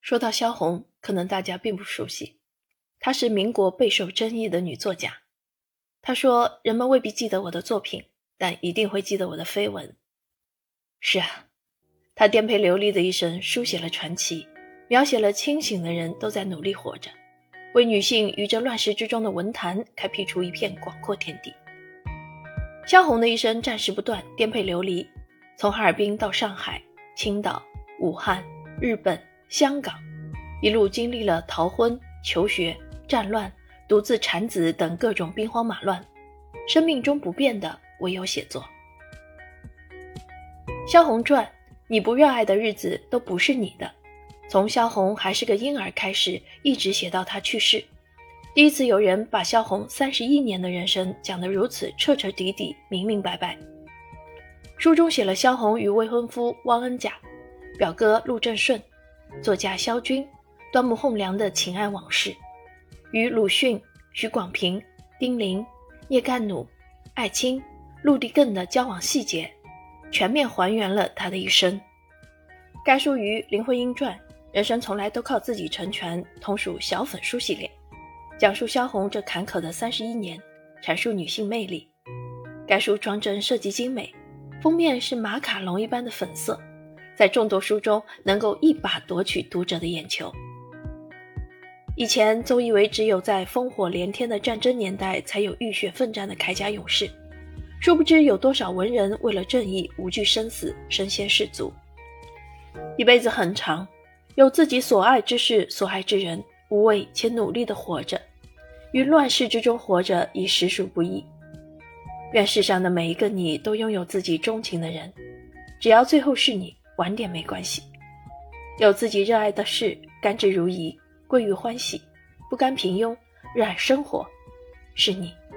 说到萧红，可能大家并不熟悉，她是民国备受争议的女作家。她说，人们未必记得我的作品，但一定会记得我的绯闻。是啊，她颠沛流离的一生书写了传奇，描写了清醒的人都在努力活着，为女性于这乱世之中的文坛开辟出一片广阔天地。萧红的一生战事不断，颠沛流离，从哈尔滨到上海、青岛、武汉、日本、香港，一路经历了逃婚、求学、战乱、独自产子等各种兵荒马乱，生命中不变的唯有写作。萧红传，你不热爱的日子都不是你的，从萧红还是个婴儿开始，一直写到她去世。第一次有人把萧红31年的人生讲得如此彻彻底底、明明白白。书中写了萧红与未婚夫汪恩甲、表哥陆正顺、作家萧军、端木蕻良的情爱往事，与鲁迅、许广平、丁玲、聂干弩、艾青、陆地更的交往细节，全面还原了他的一生。该书于林徽因传、人生从来都靠自己成全同属小粉书系列，讲述萧红这坎坷的31年，阐述女性魅力。该书装帧设计精美，封面是马卡龙一般的粉色，在众多书中能够一把夺取读者的眼球。以前总以为只有在烽火连天的战争年代才有浴血奋战的铠甲勇士，殊不知有多少文人为了正义无惧生死，身先士卒。一辈子很长，有自己所爱之事、所爱之人，无畏且努力地活着，于乱世之中活着已实属不易。愿世上的每一个你都拥有自己钟情的人，只要最后是你，晚点没关系。有自己热爱的事，甘之如饴，归于欢喜，不甘平庸，热爱生活，是你。